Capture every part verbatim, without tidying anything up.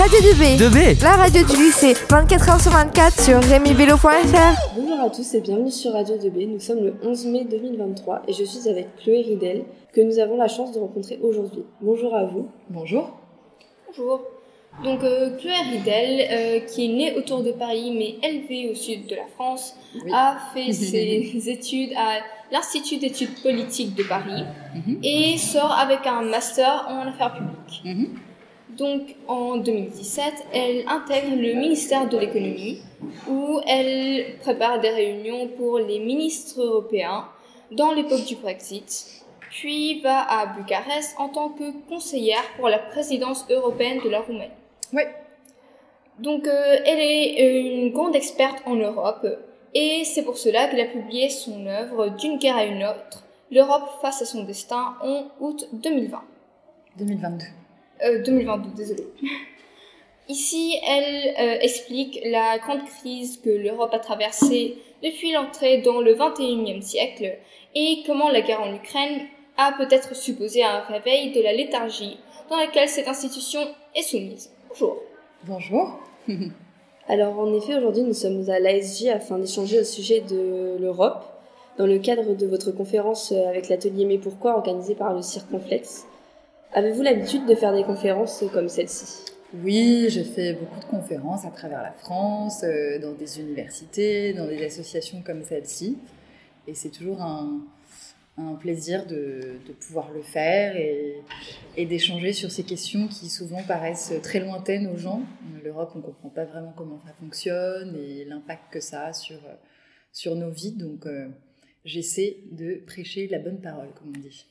Radio deux B. deux B. La radio du lycée, vingt-quatre heures sur vingt-quatre sur rémi vélo point f r. Bonjour à tous et bienvenue sur Radio deux B. Nous sommes le onze mai deux mille vingt-trois et je suis avec Chloé Ridel que nous avons la chance de rencontrer aujourd'hui. Bonjour à vous. Bonjour. Bonjour. Donc euh, Chloé Ridel, euh, qui est née autour de Paris mais élevée au sud de la France, oui. a fait ses études à l'Institut d'études politiques de Paris mm-hmm. et sort avec un master en affaires publiques. Mm-hmm. Donc en deux mille dix-sept, elle intègre le ministère de l'économie où elle prépare des réunions pour les ministres européens dans l'époque du Brexit, puis va à Bucarest en tant que conseillère pour la présidence européenne de la Roumanie. Oui. Donc euh, elle est une grande experte en Europe et c'est pour cela qu'elle a publié son œuvre D'une guerre à une autre, l'Europe face à son destin en août deux mille vingt. deux mille vingt-deux. Euh, deux mille vingt-deux, désolée. Ici, elle euh, explique la grande crise que l'Europe a traversée depuis l'entrée dans le vingt et unième siècle et comment la guerre en Ukraine a peut-être supposé un réveil de la léthargie dans laquelle cette institution est soumise. Bonjour. Bonjour. Alors en effet, aujourd'hui nous sommes à l'A S J afin d'échanger au sujet de l'Europe dans le cadre de votre conférence avec l'atelier Mais pourquoi organisé par le Circonflexe. Avez-vous l'habitude de faire des conférences comme celle-ci ? Oui, j'ai fait beaucoup de conférences à travers la France, euh, dans des universités, dans des associations comme celle-ci. Et c'est toujours un, un plaisir de, de pouvoir le faire et, et d'échanger sur ces questions qui souvent paraissent très lointaines aux gens. L'Europe, on ne comprend pas vraiment comment ça fonctionne et l'impact que ça a sur, sur nos vies. Donc, euh, j'essaie de prêcher la bonne parole, comme on dit.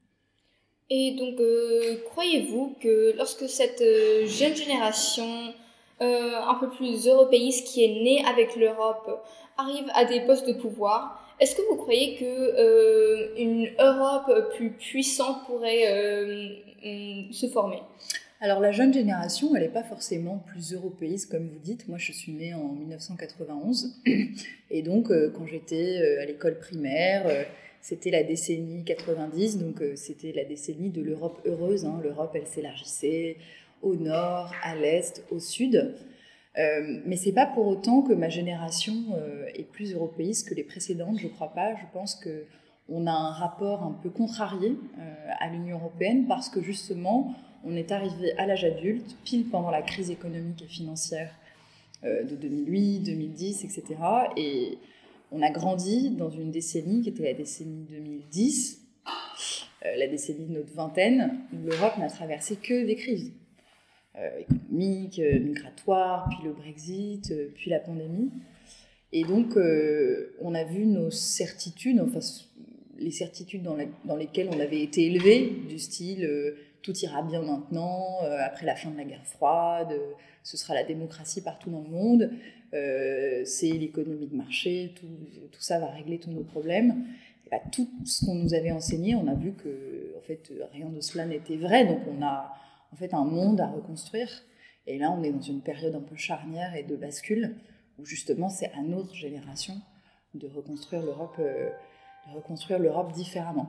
Et donc, euh, croyez-vous que lorsque cette euh, jeune génération, euh, un peu plus européiste, qui est née avec l'Europe, arrive à des postes de pouvoir, est-ce que vous croyez que euh, une Europe plus puissante pourrait euh, se former ? Alors, la jeune génération, elle n'est pas forcément plus européiste, comme vous dites. Moi, je suis née en dix-neuf cent quatre-vingt-onze. Et donc, euh, quand j'étais euh, à l'école primaire... Euh, C'était la décennie quatre-vingt-dix, donc euh, c'était la décennie de l'Europe heureuse. Hein. L'Europe, elle s'élargissait au nord, à l'est, au sud. Euh, mais c'est pas pour autant que ma génération euh, est plus européiste que les précédentes, je crois pas. Je pense qu'on a un rapport un peu contrarié euh, à l'Union européenne parce que justement, on est arrivé à l'âge adulte, pile pendant la crise économique et financière euh, de deux mille huit, deux mille dix, et cetera. Et on a grandi dans une décennie qui était la décennie deux mille dix, euh, la décennie de notre vingtaine, où l'Europe n'a traversé que des crises euh, économiques, euh, migratoires, puis le Brexit, euh, puis la pandémie. Et donc, euh, on a vu nos certitudes, enfin, les certitudes dans, la, dans lesquelles on avait été élevés, du style euh, « tout ira bien maintenant, euh, après la fin de la guerre froide, euh, ce sera la démocratie partout dans le monde ». Euh, c'est l'économie de marché, tout, tout ça va régler tous nos problèmes. Et bah, tout ce qu'on nous avait enseigné, on a vu que en fait, rien de cela n'était vrai. Donc on a en fait un monde à reconstruire. Et là, on est dans une période un peu charnière et de bascule, où justement c'est à notre génération de reconstruire l'Europe, euh, de reconstruire l'Europe différemment.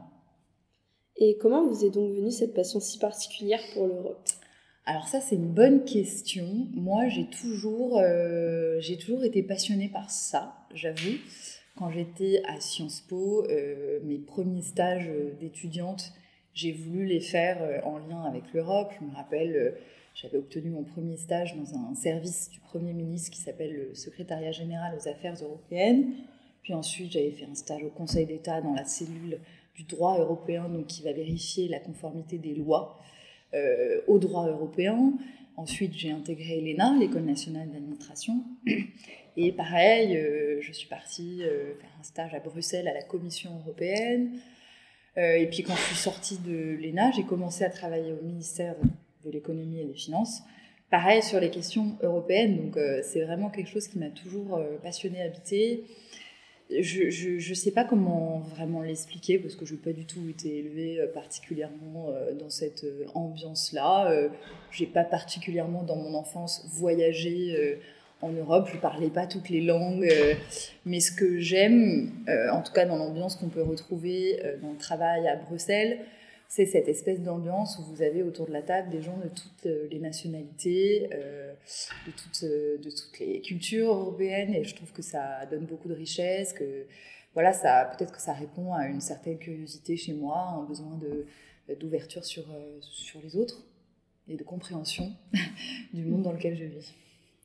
Et comment vous est donc venue cette passion si particulière pour l'Europe ? Alors ça, c'est une bonne question. Moi, j'ai toujours, euh, j'ai toujours été passionnée par ça, j'avoue. Quand j'étais à Sciences Po, euh, mes premiers stages d'étudiante, j'ai voulu les faire euh, en lien avec l'Europe. Je me rappelle, euh, j'avais obtenu mon premier stage dans un service du Premier ministre qui s'appelle le Secrétariat général aux affaires européennes. Puis ensuite, j'avais fait un stage au Conseil d'État dans la cellule du droit européen, donc qui va vérifier la conformité des lois Euh, au droit européen. Ensuite, j'ai intégré l'E N A, l'École nationale d'administration. Et pareil, euh, je suis partie euh, faire un stage à Bruxelles à la Commission européenne. Euh, et puis quand je suis sortie de l'E N A, j'ai commencé à travailler au ministère de l'économie et des finances. Pareil sur les questions européennes. Donc euh, c'est vraiment quelque chose qui m'a toujours euh, passionnée, habitée. Je ne sais pas comment vraiment l'expliquer parce que je n'ai pas du tout été élevée particulièrement dans cette ambiance-là. Je n'ai pas particulièrement dans mon enfance voyagé en Europe, je ne parlais pas toutes les langues. Mais ce que j'aime, en tout cas dans l'ambiance qu'on peut retrouver dans le travail à Bruxelles, c'est cette espèce d'ambiance où vous avez autour de la table des gens de toutes les nationalités, euh, de, toutes, de toutes les cultures européennes, et je trouve que ça donne beaucoup de richesse, que voilà, ça, peut-être que ça répond à une certaine curiosité chez moi, un besoin de, d'ouverture sur, sur les autres et de compréhension du monde dans lequel je vis.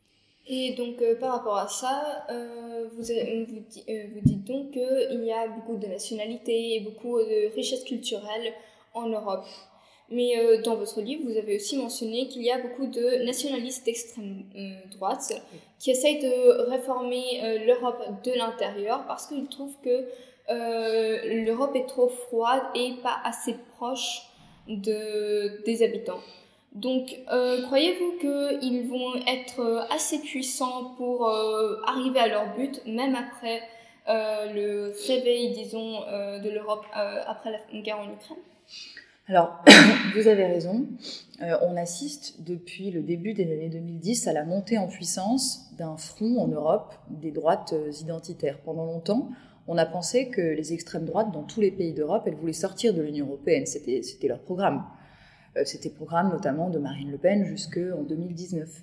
Et donc, euh, par rapport à ça, euh, vous, vous, euh, vous dites donc qu'il y a beaucoup de nationalités et beaucoup de richesses culturelles en Europe. Mais euh, dans votre livre, vous avez aussi mentionné qu'il y a beaucoup de nationalistes d'extrême euh, droite qui essayent de réformer euh, l'Europe de l'intérieur parce qu'ils trouvent que euh, l'Europe est trop froide et pas assez proche de, des habitants. Donc, euh, croyez-vous qu'ils vont être assez puissants pour euh, arriver à leur but, même après euh, le réveil, disons, euh, de l'Europe euh, après la guerre en Ukraine ? Alors, vous avez raison. Euh, on assiste depuis le début des années deux mille dix à la montée en puissance d'un front en Europe des droites identitaires. Pendant longtemps, on a pensé que les extrêmes droites dans tous les pays d'Europe, elles voulaient sortir de l'Union européenne. C'était, c'était leur programme. Euh, c'était le programme notamment de Marine Le Pen jusqu'en deux mille dix-neuf.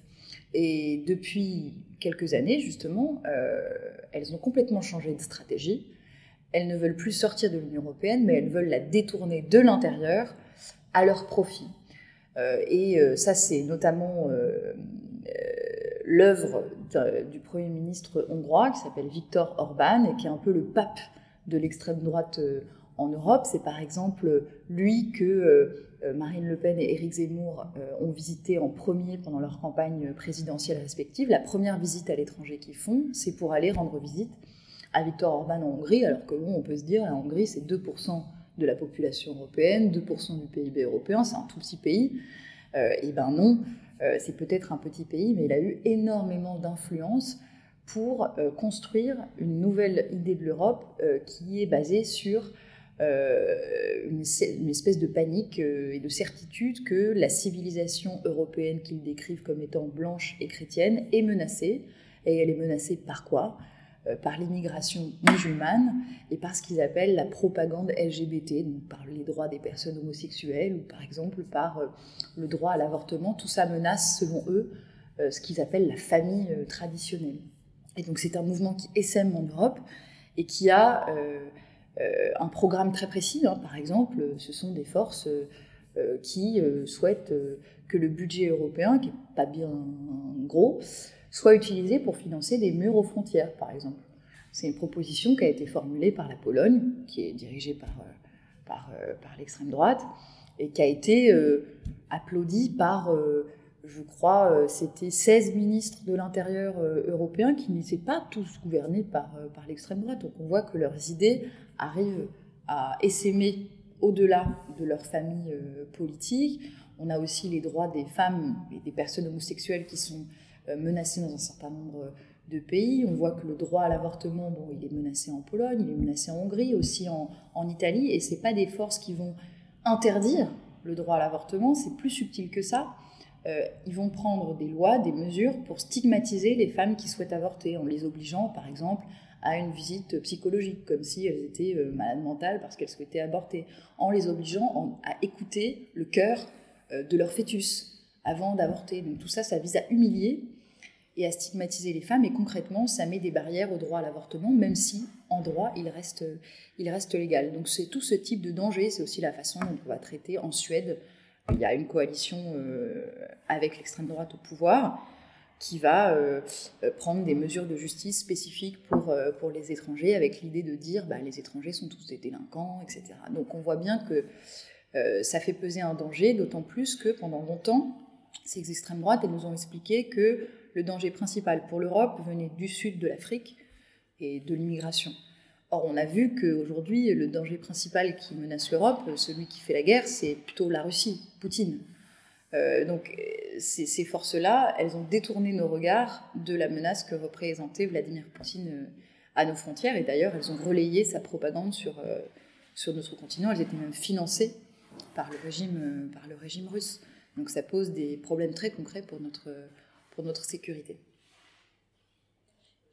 Et depuis quelques années, justement, euh, elles ont complètement changé de stratégie. Elles ne veulent plus sortir de l'Union européenne, mais elles veulent la détourner de l'intérieur à leur profit. Euh, et euh, ça, c'est notamment euh, euh, l'œuvre du Premier ministre hongrois, qui s'appelle Viktor Orban, et qui est un peu le pape de l'extrême droite euh, en Europe. C'est par exemple lui que euh, Marine Le Pen et Éric Zemmour euh, ont visité en premier pendant leur campagne présidentielle respective. La première visite à l'étranger qu'ils font, c'est pour aller rendre visite à Viktor Orban en Hongrie, alors que bon, on peut se dire, la Hongrie, c'est deux pour cent de la population européenne, deux pour cent du P I B européen, c'est un tout petit pays. Euh, et ben non, euh, c'est peut-être un petit pays, mais il a eu énormément d'influence pour euh, construire une nouvelle idée de l'Europe euh, qui est basée sur euh, une, une espèce de panique euh, et de certitude que la civilisation européenne qu'ils décrivent comme étant blanche et chrétienne est menacée. Et elle est menacée par quoi ? Par l'immigration musulmane et par ce qu'ils appellent la propagande L G B T, donc par les droits des personnes homosexuelles ou par exemple par euh, le droit à l'avortement. Tout ça menace, selon eux, euh, ce qu'ils appellent la famille euh, traditionnelle. Et donc c'est un mouvement qui essaime en Europe et qui a euh, euh, un programme très précis. Hein. Par exemple, ce sont des forces euh, qui euh, souhaitent euh, que le budget européen, qui n'est pas bien gros, soit utilisé pour financer des murs aux frontières, par exemple. C'est une proposition qui a été formulée par la Pologne, qui est dirigée par, par, par l'extrême droite, et qui a été euh, applaudie par, euh, je crois, c'était seize ministres de l'Intérieur euh, européens qui n'étaient pas tous gouvernés par, euh, par l'extrême droite. Donc on voit que leurs idées arrivent à essaimer au-delà de leur famille euh, politique. On a aussi les droits des femmes et des personnes homosexuelles qui sont menacé dans un certain nombre de pays. On voit que le droit à l'avortement, bon, il est menacé en Pologne, il est menacé en Hongrie, aussi en, en Italie, et ce n'est pas des forces qui vont interdire le droit à l'avortement, c'est plus subtil que ça. Euh, ils vont prendre des lois, des mesures pour stigmatiser les femmes qui souhaitent avorter, en les obligeant, par exemple, à une visite psychologique, comme si elles étaient euh, malades mentales parce qu'elles souhaitaient avorter, en les obligeant en, à écouter le cœur euh, de leur fœtus avant d'avorter. Donc tout ça, ça vise à humilier et à stigmatiser les femmes, et concrètement, ça met des barrières au droit à l'avortement, même si, en droit, il reste, il reste légal. Donc c'est tout ce type de danger, c'est aussi la façon dont on va traiter en Suède. Il y a une coalition euh, avec l'extrême droite au pouvoir qui va euh, prendre des mesures de justice spécifiques pour, euh, pour les étrangers, avec l'idée de dire bah, les étrangers sont tous des délinquants, et cetera. Donc on voit bien que euh, ça fait peser un danger, d'autant plus que pendant longtemps, ces extrêmes droites, elles nous ont expliqué que le danger principal pour l'Europe venait du sud de l'Afrique et de l'immigration. Or, on a vu qu'aujourd'hui, le danger principal qui menace l'Europe, celui qui fait la guerre, c'est plutôt la Russie, Poutine. Euh, donc, ces, ces forces-là, elles ont détourné nos regards de la menace que représentait Vladimir Poutine à nos frontières. Et d'ailleurs, elles ont relayé sa propagande sur, euh, sur notre continent. Elles étaient même financées par le régime, par le régime russe. Donc, ça pose des problèmes très concrets pour notre... pour notre sécurité.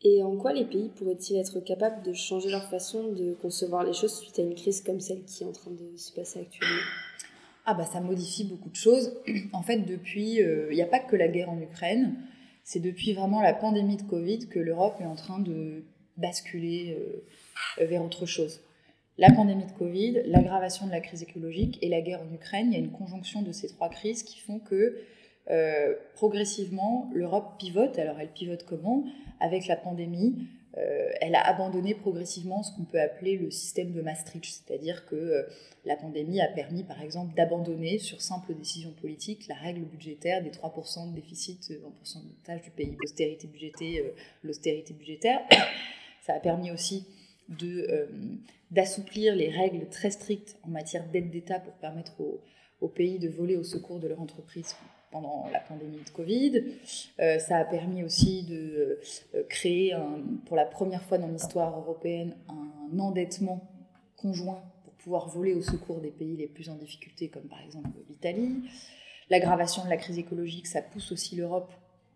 Et en quoi les pays pourraient-ils être capables de changer leur façon de concevoir les choses suite à une crise comme celle qui est en train de se passer actuellement ? Ah bah ça modifie beaucoup de choses. En fait, depuis, il euh, n'y a pas que la guerre en Ukraine, c'est depuis vraiment la pandémie de Covid que l'Europe est en train de basculer euh, vers autre chose. La pandémie de Covid, l'aggravation de la crise écologique et la guerre en Ukraine, il y a une conjonction de ces trois crises qui font que euh, progressivement l'Europe pivote. Alors elle pivote comment ? Avec la pandémie, euh, elle a abandonné progressivement ce qu'on peut appeler le système de Maastricht, c'est-à-dire que euh, la pandémie a permis par exemple d'abandonner sur simple décision politique la règle budgétaire des trois pour cent de déficit en pourcentage du P I B, l'austérité budgétaire, euh, l'austérité budgétaire. Ça a permis aussi de, euh, d'assouplir les règles très strictes en matière d'aide d'État pour permettre aux, aux pays de voler au secours de leur entreprise pendant la pandémie de Covid. Euh, ça a permis aussi de euh, créer, un, pour la première fois dans l'histoire européenne, un endettement conjoint pour pouvoir voler au secours des pays les plus en difficulté, comme par exemple l'Italie. L'aggravation de la crise écologique, ça pousse aussi l'Europe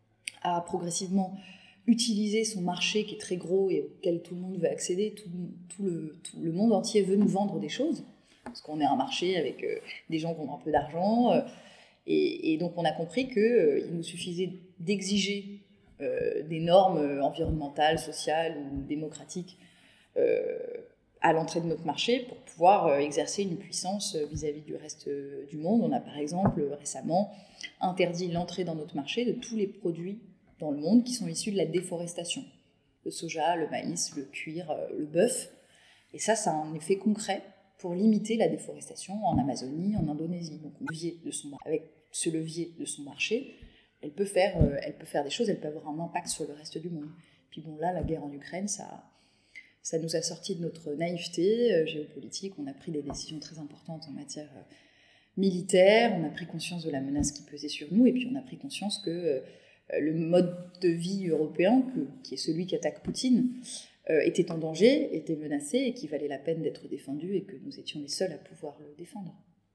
à progressivement utiliser son marché qui est très gros et auquel tout le monde veut accéder. Tout, tout, le, tout le monde entier veut nous vendre des choses, parce qu'on est un marché avec euh, des gens qui ont un peu d'argent. Euh, et, et donc on a compris qu'il euh, nous suffisait d'exiger euh, des normes environnementales, sociales ou démocratiques euh, à l'entrée de notre marché pour pouvoir euh, exercer une puissance vis-à-vis du reste euh, du monde. On a par exemple récemment interdit l'entrée dans notre marché de tous les produits dans le monde qui sont issus de la déforestation. Le soja, le maïs, le cuir, le bœuf. Et ça, ça a un effet concret pour limiter la déforestation en Amazonie, en Indonésie. Donc, levier de son, avec ce levier de son marché, elle peut, faire, euh, elle peut faire des choses, elle peut avoir un impact sur le reste du monde. Puis bon, là, la guerre en Ukraine, ça, ça nous a sortis de notre naïveté euh, géopolitique. On a pris des décisions très importantes en matière euh, militaire, on a pris conscience de la menace qui pesait sur nous, et puis on a pris conscience que euh, le mode de vie européen, que, qui est celui qui attaque Poutine, euh, était en danger, était menacé et qu'il valait la peine d'être défendu et que nous étions les seuls à pouvoir le défendre.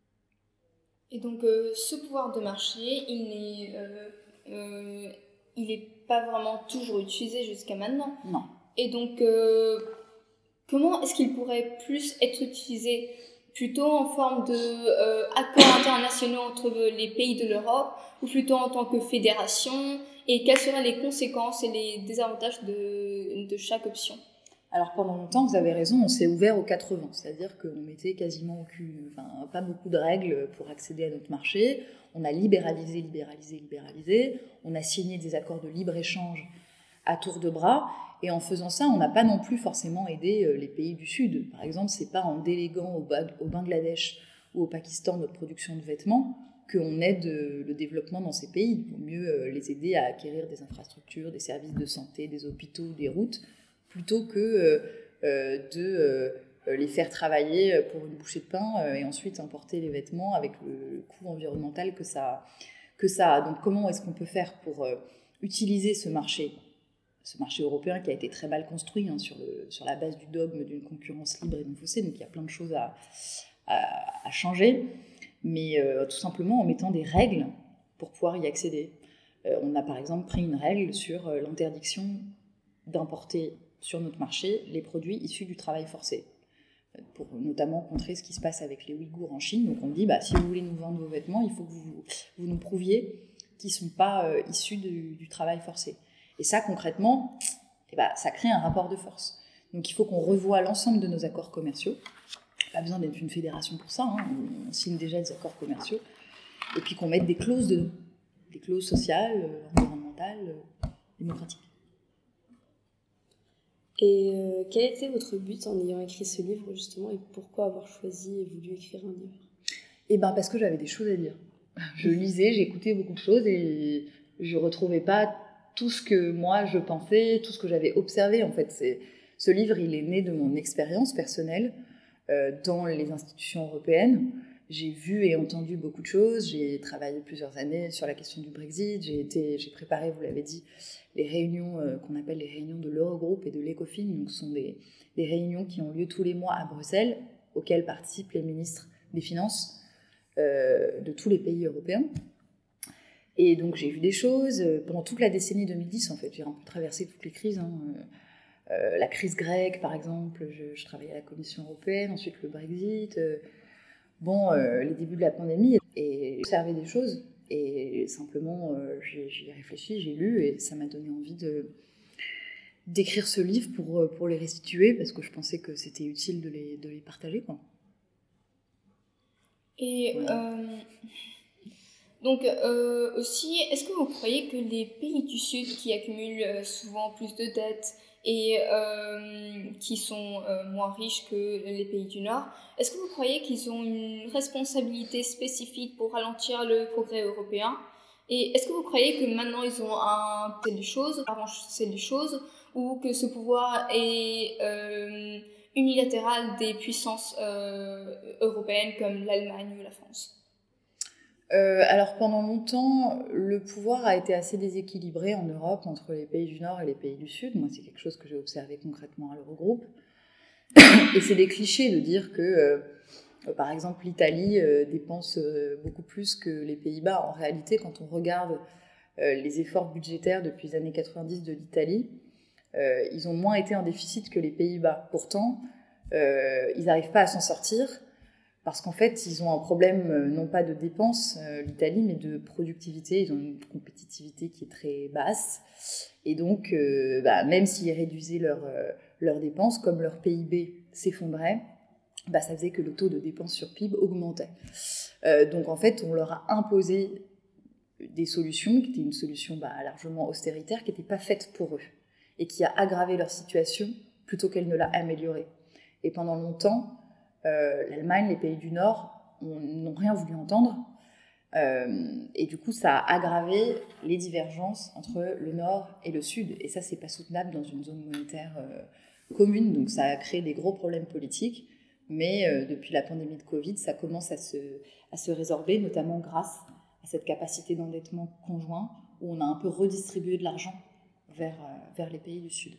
Et donc euh, ce pouvoir de marché, il n'est euh, euh, il n'est pas vraiment toujours utilisé jusqu'à maintenant. Non. Et donc euh, comment est-ce qu'il pourrait plus être utilisé plutôt en forme de euh, accords internationaux entre les pays de l'Europe ou plutôt en tant que fédération, et quelles seraient les conséquences et les désavantages de, de chaque option ? Alors pendant longtemps, vous avez raison, on s'est ouvert aux quatre vents, c'est-à-dire qu'on mettait quasiment aucune, enfin, pas beaucoup de règles pour accéder à notre marché. On a libéralisé, libéralisé, libéralisé, on a signé des accords de libre-échange à tour de bras, et en faisant ça, on n'a pas non plus forcément aidé les pays du Sud. Par exemple, c'est pas en déléguant au, au Bangladesh ou au Pakistan notre production de vêtements qu'on aide le développement dans ces pays. Il vaut mieux les aider à acquérir des infrastructures, des services de santé, des hôpitaux, des routes, plutôt que euh, de euh, les faire travailler pour une bouchée de pain euh, et ensuite importer les vêtements avec le coût environnemental que ça, que ça a. Donc comment est-ce qu'on peut faire pour euh, utiliser ce marché, ce marché européen qui a été très mal construit hein, sur, le, sur la base du dogme d'une concurrence libre et non faussée, donc il y a plein de choses à, à, à changer, mais euh, tout simplement en mettant des règles pour pouvoir y accéder. Euh, on a par exemple pris une règle sur euh, l'interdiction d'importer sur notre marché les produits issus du travail forcé, pour notamment contrer ce qui se passe avec les Ouïghours en Chine. Donc on dit, bah, si vous voulez nous vendre vos vêtements, il faut que vous, vous nous prouviez qu'ils ne sont pas euh, issus du, du travail forcé. Et ça, concrètement, eh bah, ça crée un rapport de force. Donc il faut qu'on revoie l'ensemble de nos accords commerciaux. Pas besoin d'être une fédération pour ça, hein. On signe déjà des accords commerciaux. Et puis qu'on mette des clauses dedans, des clauses sociales, euh, environnementales, euh, démocratiques. Et euh, quel était votre but en ayant écrit ce livre, justement, et pourquoi avoir choisi et voulu écrire un livre ? Eh bien, parce que j'avais des choses à dire. Je lisais, j'écoutais beaucoup de choses et je ne retrouvais pas tout ce que moi je pensais, tout ce que j'avais observé. En fait, c'est... ce livre, il est né de mon expérience personnelle euh, dans les institutions européennes. J'ai vu et entendu beaucoup de choses. J'ai travaillé plusieurs années sur la question du Brexit. J'ai, été, j'ai préparé, vous l'avez dit, les réunions euh, qu'on appelle les réunions de l'Eurogroupe et de l'Ecofin. Donc, ce sont des, des réunions qui ont lieu tous les mois à Bruxelles, auxquelles participent les ministres des Finances euh, de tous les pays européens. Et donc j'ai vu des choses, pendant toute la décennie deux mille dix en fait, j'ai un peu traversé toutes les crises, hein. euh, la crise grecque par exemple, je, je travaillais à la Commission européenne, ensuite le Brexit, euh, bon, euh, les débuts de la pandémie, et j'ai observé des choses, et simplement euh, j'ai, j'y ai réfléchi, j'ai lu, et ça m'a donné envie de, d'écrire ce livre pour, pour les restituer, parce que je pensais que c'était utile de les, de les partager, quoi. Et... Ouais. Euh... Donc euh, aussi, est-ce que vous croyez que les pays du Sud qui accumulent souvent plus de dettes et euh, qui sont euh, moins riches que les pays du Nord, est-ce que vous croyez qu'ils ont une responsabilité spécifique pour ralentir le progrès européen? Et est-ce que vous croyez que maintenant ils ont un c'est des choses, avant c'est des choses, ou que ce pouvoir est euh, unilatéral des puissances euh, européennes comme l'Allemagne ou la France? Euh, alors pendant longtemps, le pouvoir a été assez déséquilibré en Europe entre les pays du Nord et les pays du Sud. Moi, c'est quelque chose que j'ai observé concrètement à l'Eurogroupe. Et c'est des clichés de dire que, euh, par exemple, l'Italie euh, dépense euh, beaucoup plus que les Pays-Bas. En réalité, quand on regarde euh, les efforts budgétaires depuis les années quatre-vingt-dix de l'Italie, euh, ils ont moins été en déficit que les Pays-Bas. Pourtant, euh, ils n'arrivent pas à s'en sortir. Parce qu'en fait, ils ont un problème, euh, non pas de dépenses, euh, l'Italie, mais de productivité. Ils ont une compétitivité qui est très basse. Et donc, euh, bah, même s'ils réduisaient leurs euh, leurs dépenses, comme leur P I B s'effondrait, bah, ça faisait que le taux de dépenses sur P I B augmentait. Euh, donc, en fait, on leur a imposé des solutions qui étaient une solution bah, largement austéritaire, qui n'était pas faite pour eux, et qui a aggravé leur situation plutôt qu'elle ne l'a améliorée. Et pendant longtemps, Euh, l'Allemagne, les pays du Nord on, n'ont rien voulu entendre euh, et du coup ça a aggravé les divergences entre le Nord et le Sud et ça c'est pas soutenable dans une zone monétaire euh, commune, donc ça a créé des gros problèmes politiques, mais euh, depuis la pandémie de Covid ça commence à se, à se résorber, notamment grâce à cette capacité d'endettement conjoint où on a un peu redistribué de l'argent vers, euh, vers les pays du Sud.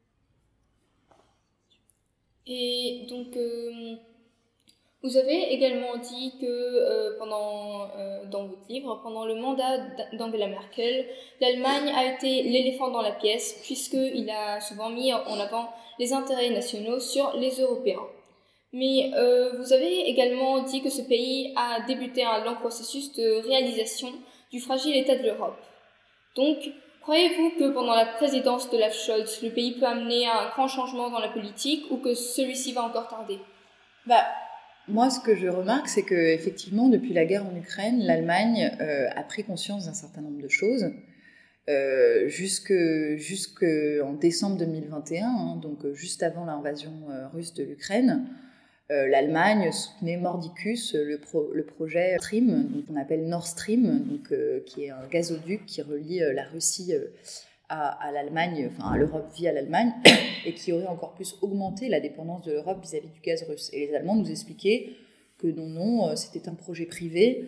Et donc, euh, vous avez également dit que euh, pendant, euh, dans votre livre, pendant le mandat d'Angela Merkel, l'Allemagne a été l'éléphant dans la pièce, puisqu'il a souvent mis en avant les intérêts nationaux sur les Européens. Mais euh, vous avez également dit que ce pays a débuté un long processus de réalisation du fragile état de l'Europe. Donc, croyez-vous que pendant la présidence d'Olaf Scholz, le pays peut amener à un grand changement dans la politique ou que celui-ci va encore tarder? Bah, moi, ce que je remarque, c'est qu'effectivement, depuis la guerre en Ukraine, l'Allemagne euh, a pris conscience d'un certain nombre de choses. Euh, jusque, jusque en décembre deux mille vingt et un, hein, donc juste avant l'invasion euh, russe de l'Ukraine, euh, l'Allemagne soutenait mordicus le, pro, le projet Stream, donc on appelle Nord Stream, donc, euh, qui est un gazoduc qui relie euh, la Russie euh, à, à l'Allemagne, enfin à l'Europe via l'Allemagne, et qui aurait encore plus augmenté la dépendance de l'Europe vis-à-vis du gaz russe. Et les Allemands nous expliquaient que non, non, c'était un projet privé,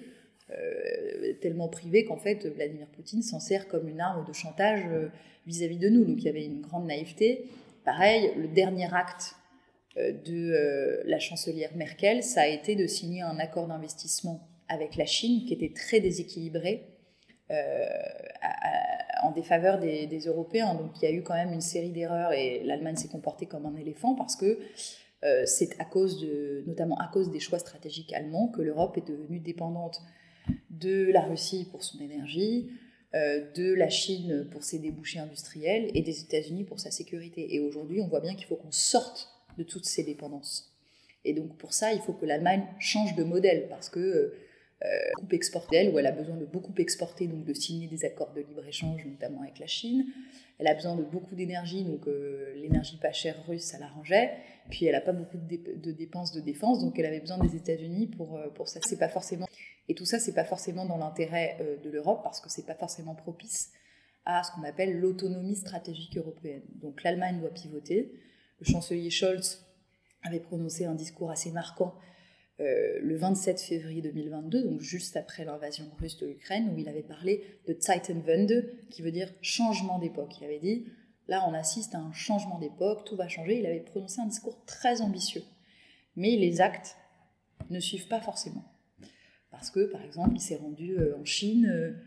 euh, tellement privé qu'en fait Vladimir Poutine s'en sert comme une arme de chantage euh, vis-à-vis de nous. Donc il y avait une grande naïveté. Pareil, le dernier acte euh, de euh, la chancelière Merkel, ça a été de signer un accord d'investissement avec la Chine qui était très déséquilibré, Euh, à, à, en défaveur des, des Européens. Donc il y a eu quand même une série d'erreurs et l'Allemagne s'est comportée comme un éléphant parce que euh, c'est à cause de, notamment à cause des choix stratégiques allemands que l'Europe est devenue dépendante de la Russie pour son énergie, euh, de la Chine pour ses débouchés industriels et des États-Unis pour sa sécurité. Et aujourd'hui, on voit bien qu'il faut qu'on sorte de toutes ces dépendances. Et donc pour ça, il faut que l'Allemagne change de modèle parce que euh, Euh, beaucoup exporter, où elle a besoin de beaucoup exporter, donc de signer des accords de libre-échange, notamment avec la Chine. Elle a besoin de beaucoup d'énergie, donc euh, l'énergie pas chère russe, ça l'arrangeait. Puis elle n'a pas beaucoup de, dé- de dépenses de défense, donc elle avait besoin des États-Unis pour, euh, pour ça. C'est pas forcément... Et tout ça, c'est pas forcément dans l'intérêt euh, de l'Europe, parce que c'est pas forcément propice à ce qu'on appelle l'autonomie stratégique européenne. Donc l'Allemagne doit pivoter. Le chancelier Scholz avait prononcé un discours assez marquant Euh, le vingt-sept février deux mille vingt-deux, donc juste après l'invasion russe de l'Ukraine, où il avait parlé de Zeitenwende, qui veut dire changement d'époque. Il avait dit, là on assiste à un changement d'époque, tout va changer. Il avait prononcé un discours très ambitieux. Mais les actes ne suivent pas forcément. Parce que, par exemple, il s'est rendu en Chine,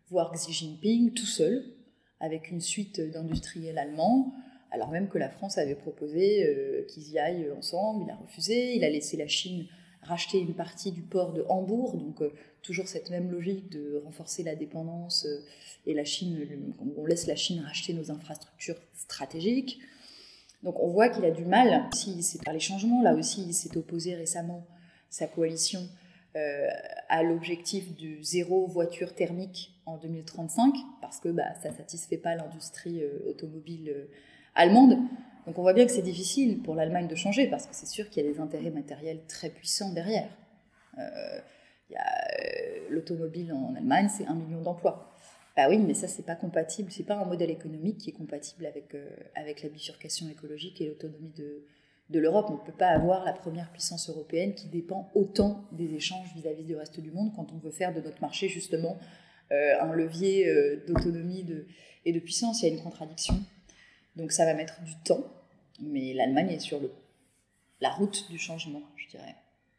voir Xi Jinping tout seul, avec une suite d'industriels allemands, alors même que la France avait proposé euh, qu'ils y aillent ensemble. Il a refusé, il a laissé la Chine racheter une partie du port de Hambourg, donc euh, toujours cette même logique de renforcer la dépendance, euh, et la Chine, on laisse la Chine racheter nos infrastructures stratégiques. Donc on voit qu'il a du mal, si c'est par les changements, là aussi il s'est opposé récemment, sa coalition, euh, à l'objectif du zéro voiture thermique en deux mille trente-cinq, parce que bah, ça ne satisfait pas l'industrie euh, automobile euh, allemande. Donc on voit bien que c'est difficile pour l'Allemagne de changer, parce que c'est sûr qu'il y a des intérêts matériels très puissants derrière. Euh, il y a, euh, l'automobile en Allemagne, c'est un million d'emplois. Bah oui, mais ça, c'est pas compatible, c'est pas un modèle économique qui est compatible avec, euh, avec la bifurcation écologique et l'autonomie de, de l'Europe. On ne peut pas avoir la première puissance européenne qui dépend autant des échanges vis-à-vis du reste du monde quand on veut faire de notre marché, justement, euh, un levier euh, d'autonomie de, et de puissance. Il y a une contradiction. Donc ça va mettre du temps, mais l'Allemagne est sur le, la route du changement, je dirais.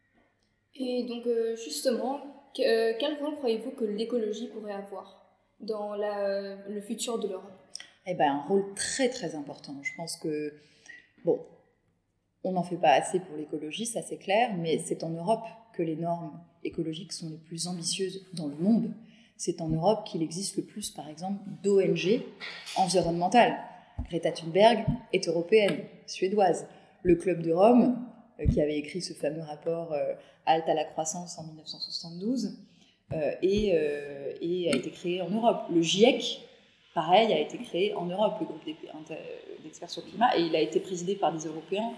Et donc, euh, justement, que, euh, quel rôle croyez-vous que l'écologie pourrait avoir dans la, le futur de l'Europe? Eh bien, un rôle très très important. Je pense que, bon, on n'en fait pas assez pour l'écologie, ça c'est clair, mais c'est en Europe que les normes écologiques sont les plus ambitieuses dans le monde. C'est en Europe qu'il existe le plus, par exemple, d'O N G environnementales. Greta Thunberg est européenne, suédoise. Le Club de Rome, euh, qui avait écrit ce fameux rapport euh, Halte à la croissance en dix-neuf cent soixante-douze, euh, et, euh, et a été créé en Europe. Le GIEC, pareil, a été créé en Europe, le groupe d'experts sur le climat, et il a été présidé par des Européens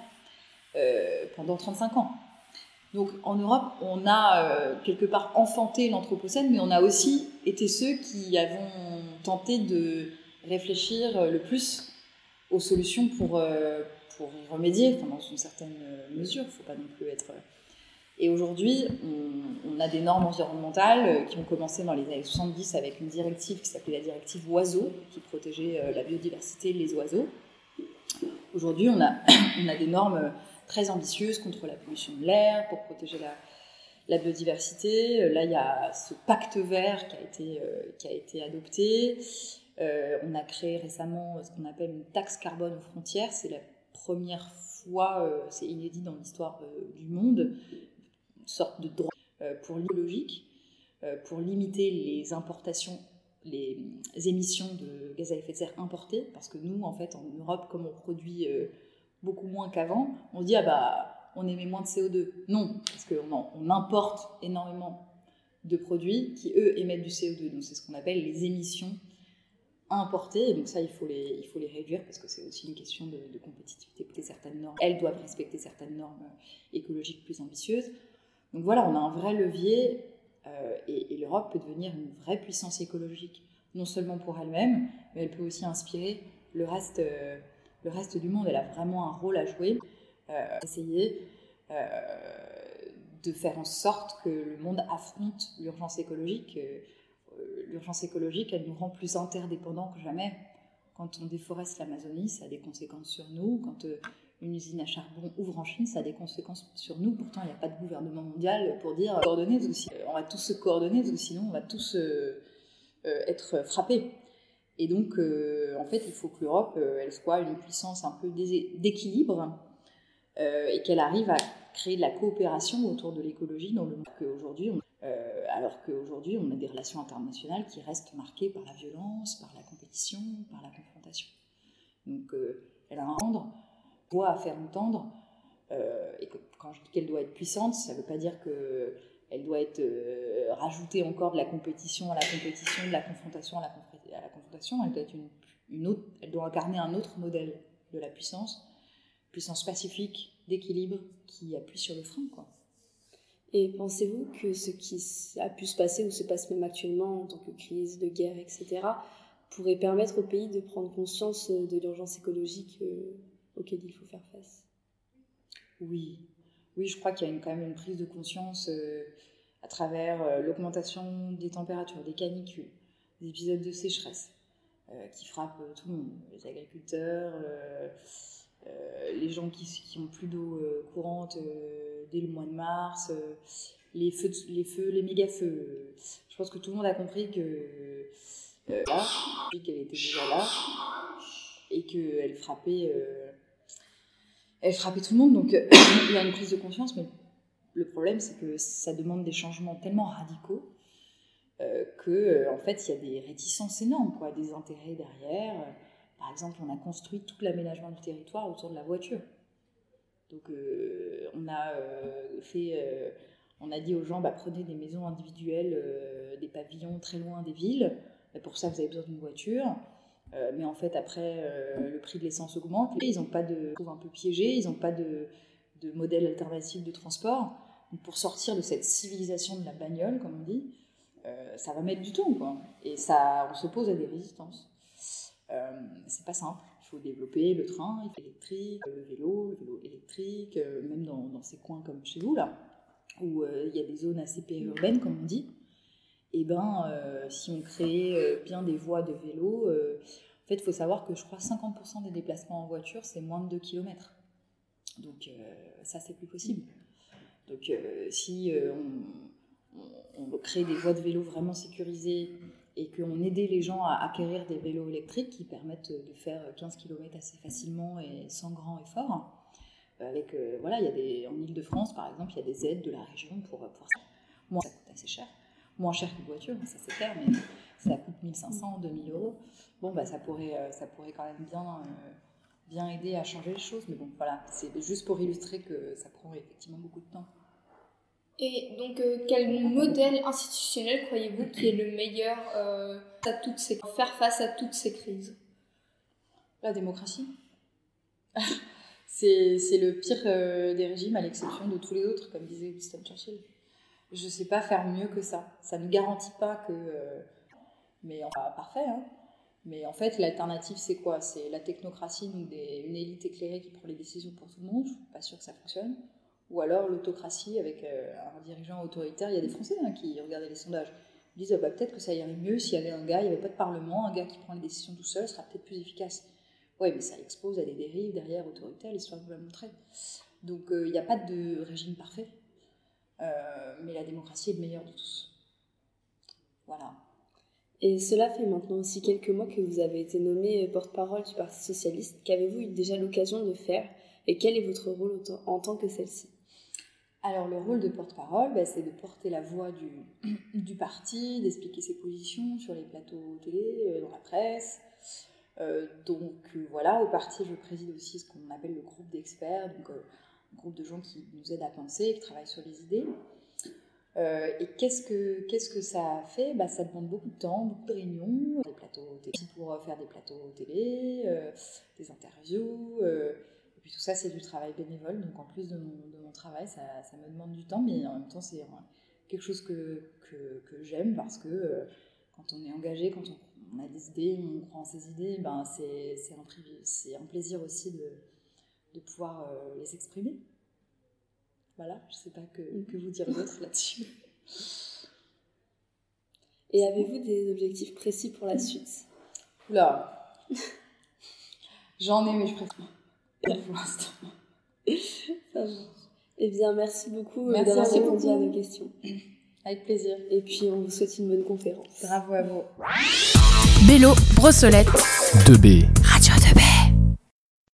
euh, pendant trente-cinq ans. Donc en Europe, on a euh, quelque part enfanté l'Anthropocène, mais on a aussi été ceux qui avons tenté de réfléchir le plus aux solutions pour, euh, pour y remédier, enfin, dans une certaine mesure, il ne faut pas non plus être... Et aujourd'hui, on, on a des normes environnementales qui ont commencé dans les années soixante-dix avec une directive qui s'appelait la directive Oiseaux, qui protégeait euh, la biodiversité et les oiseaux. Aujourd'hui, on a, on a des normes très ambitieuses contre la pollution de l'air, pour protéger la, la biodiversité. Là, il y a ce pacte vert qui a été, euh, qui a été adopté. Euh, on a créé récemment ce qu'on appelle une taxe carbone aux frontières. C'est la première fois, euh, c'est inédit dans l'histoire euh, du monde, une sorte de droit euh, pour l'écologique, euh, pour limiter les importations, les émissions de gaz à effet de serre importées, parce que nous, en fait, en Europe, comme on produit euh, beaucoup moins qu'avant, on se dit, ah bah, on émet moins de C O deux. Non, parce qu'on on importe énormément de produits qui, eux, émettent du C O deux. Donc, c'est ce qu'on appelle les émissions importées. Et donc, ça, il faut les, il faut les réduire, parce que c'est aussi une question de, de compétitivité. Certaines normes, elles doivent respecter certaines normes écologiques plus ambitieuses. Donc, voilà, on a un vrai levier, euh, et, et l'Europe peut devenir une vraie puissance écologique, non seulement pour elle-même, mais elle peut aussi inspirer le reste... Euh, Le reste du monde. Elle a vraiment un rôle à jouer, euh, essayer euh, de faire en sorte que le monde affronte l'urgence écologique. Euh, l'urgence écologique, elle nous rend plus interdépendants que jamais. Quand on déforeste l'Amazonie, ça a des conséquences sur nous. Quand euh, une usine à charbon ouvre en Chine, ça a des conséquences sur nous. Pourtant, il n'y a pas de gouvernement mondial pour dire euh, coordonner, parce que si, euh, on va tous se coordonner, parce que sinon on va tous euh, euh, être frappés. Et donc, euh, en fait, il faut que l'Europe, euh, elle soit une puissance un peu d'équilibre euh, et qu'elle arrive à créer de la coopération autour de l'écologie dans le monde. Qu'aujourd'hui, on, euh, alors qu'aujourd'hui, on a des relations internationales qui restent marquées par la violence, par la compétition, par la confrontation. Donc, euh, elle a un rendre, voix à faire entendre. Euh, et que, quand je dis qu'elle doit être puissante, ça ne veut pas dire que... Elle doit être euh, rajoutée encore de la compétition à la compétition, de la confrontation à la, à la confrontation. Elle doit être une, une autre, elle doit incarner un autre modèle de la puissance, puissance pacifique, d'équilibre, qui appuie sur le frein, quoi. Et pensez-vous que ce qui a pu se passer ou se passe même actuellement en tant que crise de guerre, et cetera, pourrait permettre au pays de prendre conscience de l'urgence écologique euh, auquel il faut faire face? Oui. Oui, je crois qu'il y a une, quand même une prise de conscience euh, à travers euh, l'augmentation des températures, des canicules, des épisodes de sécheresse euh, qui frappent euh, tout le monde, les agriculteurs, euh, euh, les gens qui, qui ont plus d'eau euh, courante euh, dès le mois de mars, euh, les feux, de, les feux, les méga feux. Je pense que tout le monde a compris que euh, là, qu'elle était déjà là et qu'elle frappait, euh, elle frappait tout le monde. Donc euh, il y a une prise de conscience, mais le problème c'est que ça demande des changements tellement radicaux. Euh, que euh, en fait il y a des réticences énormes, quoi, des intérêts derrière. Euh, par exemple, on a construit tout l'aménagement du territoire autour de la voiture. Donc euh, on a euh, fait, euh, on a dit aux gens, bah, prenez des maisons individuelles, euh, des pavillons très loin des villes. Et pour ça, vous avez besoin d'une voiture. Euh, mais en fait, après, euh, le prix de l'essence augmente. Ils n'ont pas de, ils sont un peu piégés. Ils n'ont pas de, de modèle alternatif de transport. Donc, pour sortir de cette civilisation de la bagnole, comme on dit. Euh, ça va mettre du temps, quoi. Et ça, on s'oppose à des résistances. Euh, c'est pas simple. Il faut développer le train, électrique, le vélo, le vélo électrique, euh, même dans, dans ces coins comme chez vous, là, où euh, il y a des zones assez périurbaines, comme on dit. Et ben, euh, si on crée euh, bien des voies de vélo, euh, en fait, il faut savoir que je crois cinquante pour cent des déplacements en voiture, c'est moins de deux kilomètres. Donc, euh, ça, c'est plus possible. Donc, euh, si euh, on on crée des voies de vélo vraiment sécurisées et qu'on aidait les gens à acquérir des vélos électriques qui permettent de faire quinze kilomètres assez facilement et sans grand effort. Avec, euh, voilà, il y a des, en Ile-de-France, par exemple, il y a des aides de la région pour, pour ça. Moins, ça coûte assez cher. Moins cher qu'une voiture, ça c'est clair, mais ça coûte mille cinq cents, deux mille euros. Bon, bah, ça, pourrait, ça pourrait quand même bien, euh, bien aider à changer les choses. Mais bon, voilà, c'est juste pour illustrer que ça prend effectivement beaucoup de temps. Et donc, euh, quel modèle institutionnel croyez-vous qui est le meilleur euh, à toutes ces, faire face à toutes ces crises ? La démocratie. c'est, c'est le pire euh, des régimes, à l'exception de tous les autres, comme disait Winston Churchill. Je ne sais pas faire mieux que ça. Ça ne garantit pas que... Euh, mais enfin, parfait, hein. Mais en fait, l'alternative, c'est quoi ? C'est la technocratie, donc des, une élite éclairée qui prend les décisions pour tout le monde. Je ne suis pas sûre que ça fonctionne. Ou alors l'autocratie avec euh, un dirigeant autoritaire. Il y a des Français hein, qui regardaient les sondages. Ils disent ah bah, peut-être que ça irait mieux s'il y avait un gars, il n'y avait pas de parlement, un gars qui prend les décisions tout seul sera peut-être plus efficace. Oui, mais ça expose à des dérives derrière autoritaires, l'histoire nous l'a montré. Donc il euh, n'y a pas de régime parfait, euh, mais la démocratie est le meilleur de tous. Voilà. Et cela fait maintenant aussi quelques mois que vous avez été nommé porte-parole du Parti Socialiste. Qu'avez-vous eu déjà l'occasion de faire et quel est votre rôle en tant que celle-ci ? Alors, le rôle de porte-parole, bah, c'est de porter la voix du, du parti, d'expliquer ses positions sur les plateaux télé, euh, dans la presse. Euh, donc, euh, voilà, au parti, je préside aussi ce qu'on appelle le groupe d'experts, donc euh, un groupe de gens qui nous aident à penser, qui travaillent sur les idées. Euh, et qu'est-ce que, qu'est-ce que ça fait ? Bah, ça demande beaucoup de temps, beaucoup de réunions, des plateaux télé, pour faire des plateaux télé, euh, des interviews... Euh, Et puis tout ça, c'est du travail bénévole, donc en plus de mon, de mon travail, ça, ça me demande du temps, mais en même temps, c'est quelque chose que, que, que j'aime parce que euh, quand on est engagé, quand on, on a des idées, on croit en ses idées, ben c'est, c'est, un, c'est un plaisir aussi de, de pouvoir euh, les exprimer. Voilà, je ne sais pas que, que vous dire d'autre là-dessus. Et avez-vous des objectifs précis pour la suite ? Oula, j'en ai, mais je préfère. Pour l'instant. Ça va. Eh bien, merci beaucoup merci d'avoir à répondu beaucoup. à nos questions. Avec plaisir. Et puis, on vous souhaite une bonne conférence. Bravo à vous. Bello, Brossolette. deux B. Radio deux B.